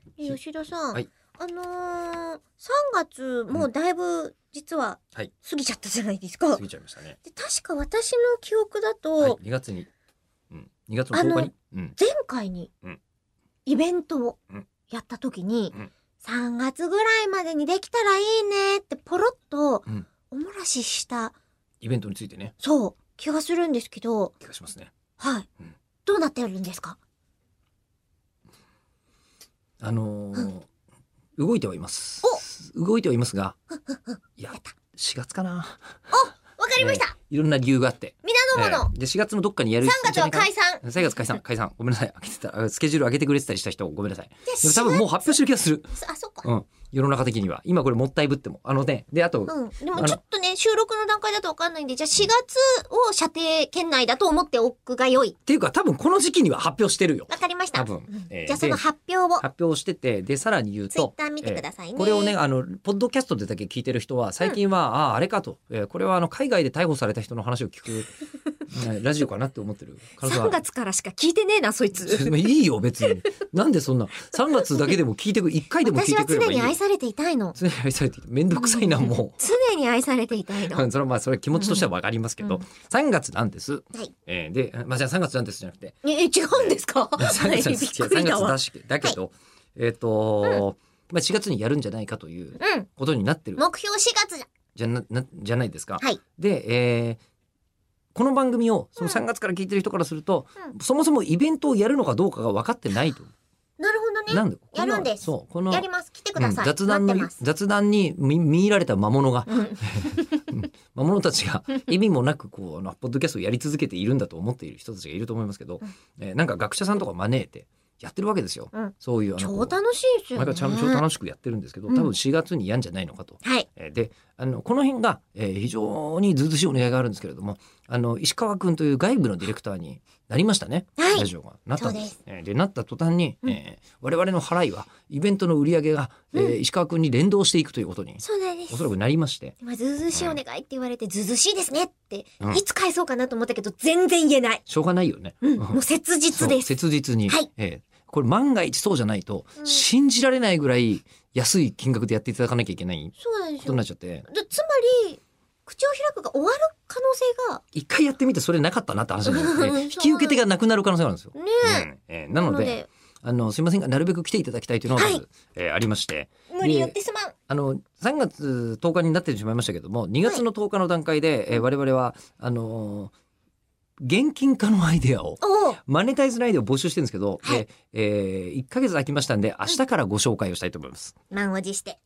吉田さん、 はい 3月もうだいぶ実ははい過ぎちゃったじゃないですか。 過ぎちゃいましたね。 で確か私の記憶だと、 はい、2月に、2月の10日に、 前回にうんイベントをうんやった時に、 うん 3月ぐらいまでにできたらいいねってポロッとうんおもらししたイベントについてね、 そう気がするんですけど、 気がしますね。 はい、 うんどうなってるんですか？ 動いてはいます。動いてはいますが、いや、4月かな。 わかりました、 いろんな理由があって。 皆のもの、 で、4月のどっかにやる。 3月は解散。 3月解散。ごめんなさい。開けてた。スケジュール上げてくれてたりした人、ごめんなさい。 でも多分もう発表してる気がする。 あ、そっか。 世の中的には。今これもったいぶっても。で、あと、 でもちょっとね、収録の段階だとわかんないんで、じゃあ4月を射程圏内だと思っておくが良い。 っていうか多分この時期には発表してるよ。 わかりました。 多分。 じゃあその発表を。 発表してて、で、さらに言うと。 ツイッター見てくださいね。 これをね、ポッドキャストでだけ聞いてる人は、最近は、あれかと。これは海外で逮捕された人の話を聞く、ラジオかなって思ってる。 3月からしか聞いてねえな、そいつ。 いいよ、別に。なんでそんな、3月だけでも聞いてくる、1回でも聞いてくればいい。 私は常に愛されていたいの。 常に愛されていた。めんどくさいな、もう。 常に愛されていたいの。 それはそれ気持ちとしてはわかりますけど、3月なんです。 はい。 で、じゃあ3月なんですじゃなくて。 違うんですか 3月なんです。 びっくりだわ。 だけど、4月にやるんじゃないかということになってる。 目標4月じゃないですか。 はい。 で、この番組をその3月から聞いてる人からすると、そもそもイベントをやるのかどうかが分かってないと。 なるほどね。 なんでやるんです。 そう、このやります。来てください。 雑談に見入られた魔物が、魔物たちが意味もなくポッドキャストをやり続けているんだと思っている人たちがいると思いますけど、なんか学者さんとか招いてやってるわけですよ。そういう超楽しいですよね。 超楽しくやってるんですけど、多分4月にやんじゃないのかと。 はい。 で、この辺が、非常にずうずしいお願いがあるんですけれども、石川くんという外部のディレクターになりましたね。 はい。 ラジオがなったんです。で、なった途端に、我々の払いは、イベントの売り上げが、石川くんに連動していくということに、 そうなんです。 おそらくなりまして。 ずうずしいお願いって言われて、ずうずしいですねって、いつ返そうかなと思ったけど、全然言えない。 しょうがないよね。 もう切実です。 切実に。 はい。 これ万が一そうじゃないと、信じられないぐらい安い金額でやっていただかなきゃいけないことになっちゃって。 つまり、口を開くが終わる可能性が。 一回やってみてそれなかったなって話なんで、引き受け手がなくなる可能性があるんですよ。ね。なので、すいませんが、なるべく来ていただきたいというのがまず、ありまして。 無理言ってすまん。 3月10日になってしまいましたけども、2月の10日の段階で、我々は、現金化のアイデアを、マネタイズのアイデアを募集してるんですけど、1ヶ月空きましたんで、明日からご紹介をしたいと思います。 満を持して。